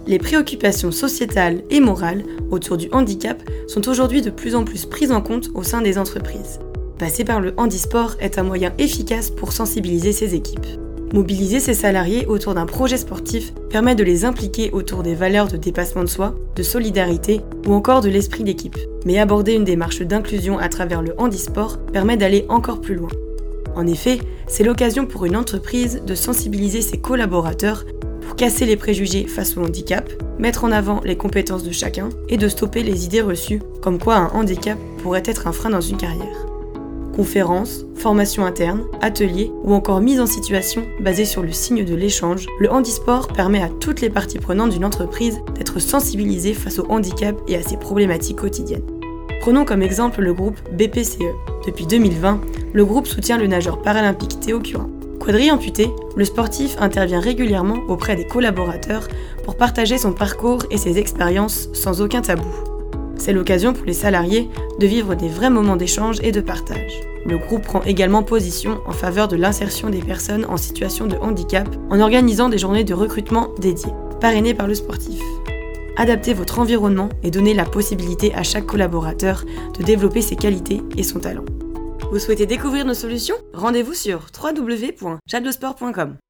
Les préoccupations sociétales et morales autour du handicap sont aujourd'hui de plus en plus prises en compte au sein des entreprises. Passer par le handisport est un moyen efficace pour sensibiliser ces équipes. Mobiliser ses salariés autour d'un projet sportif permet de les impliquer autour des valeurs de dépassement de soi, de solidarité ou encore de l'esprit d'équipe. Mais aborder une démarche d'inclusion à travers le handisport permet d'aller encore plus loin. En effet, c'est l'occasion pour une entreprise de sensibiliser ses collaborateurs pour casser les préjugés face au handicap, mettre en avant les compétences de chacun et de stopper les idées reçues comme quoi un handicap pourrait être un frein dans une carrière. Conférences, formations internes, ateliers ou encore mise en situation basée sur le signe de l'échange, le handisport permet à toutes les parties prenantes d'une entreprise d'être sensibilisées face au handicap et à ses problématiques quotidiennes. Prenons comme exemple le groupe BPCE. Depuis 2020, le groupe soutient le nageur paralympique Théo Curin. Quadri-amputé, le sportif intervient régulièrement auprès des collaborateurs pour partager son parcours et ses expériences sans aucun tabou. C'est l'occasion pour les salariés de vivre des vrais moments d'échange et de partage. Le groupe prend également position en faveur de l'insertion des personnes en situation de handicap en organisant des journées de recrutement dédiées, parrainées par le sportif. Adaptez votre environnement et donnez la possibilité à chaque collaborateur de développer ses qualités et son talent. Vous souhaitez découvrir nos solutions ? Rendez-vous sur www.jadesport.com.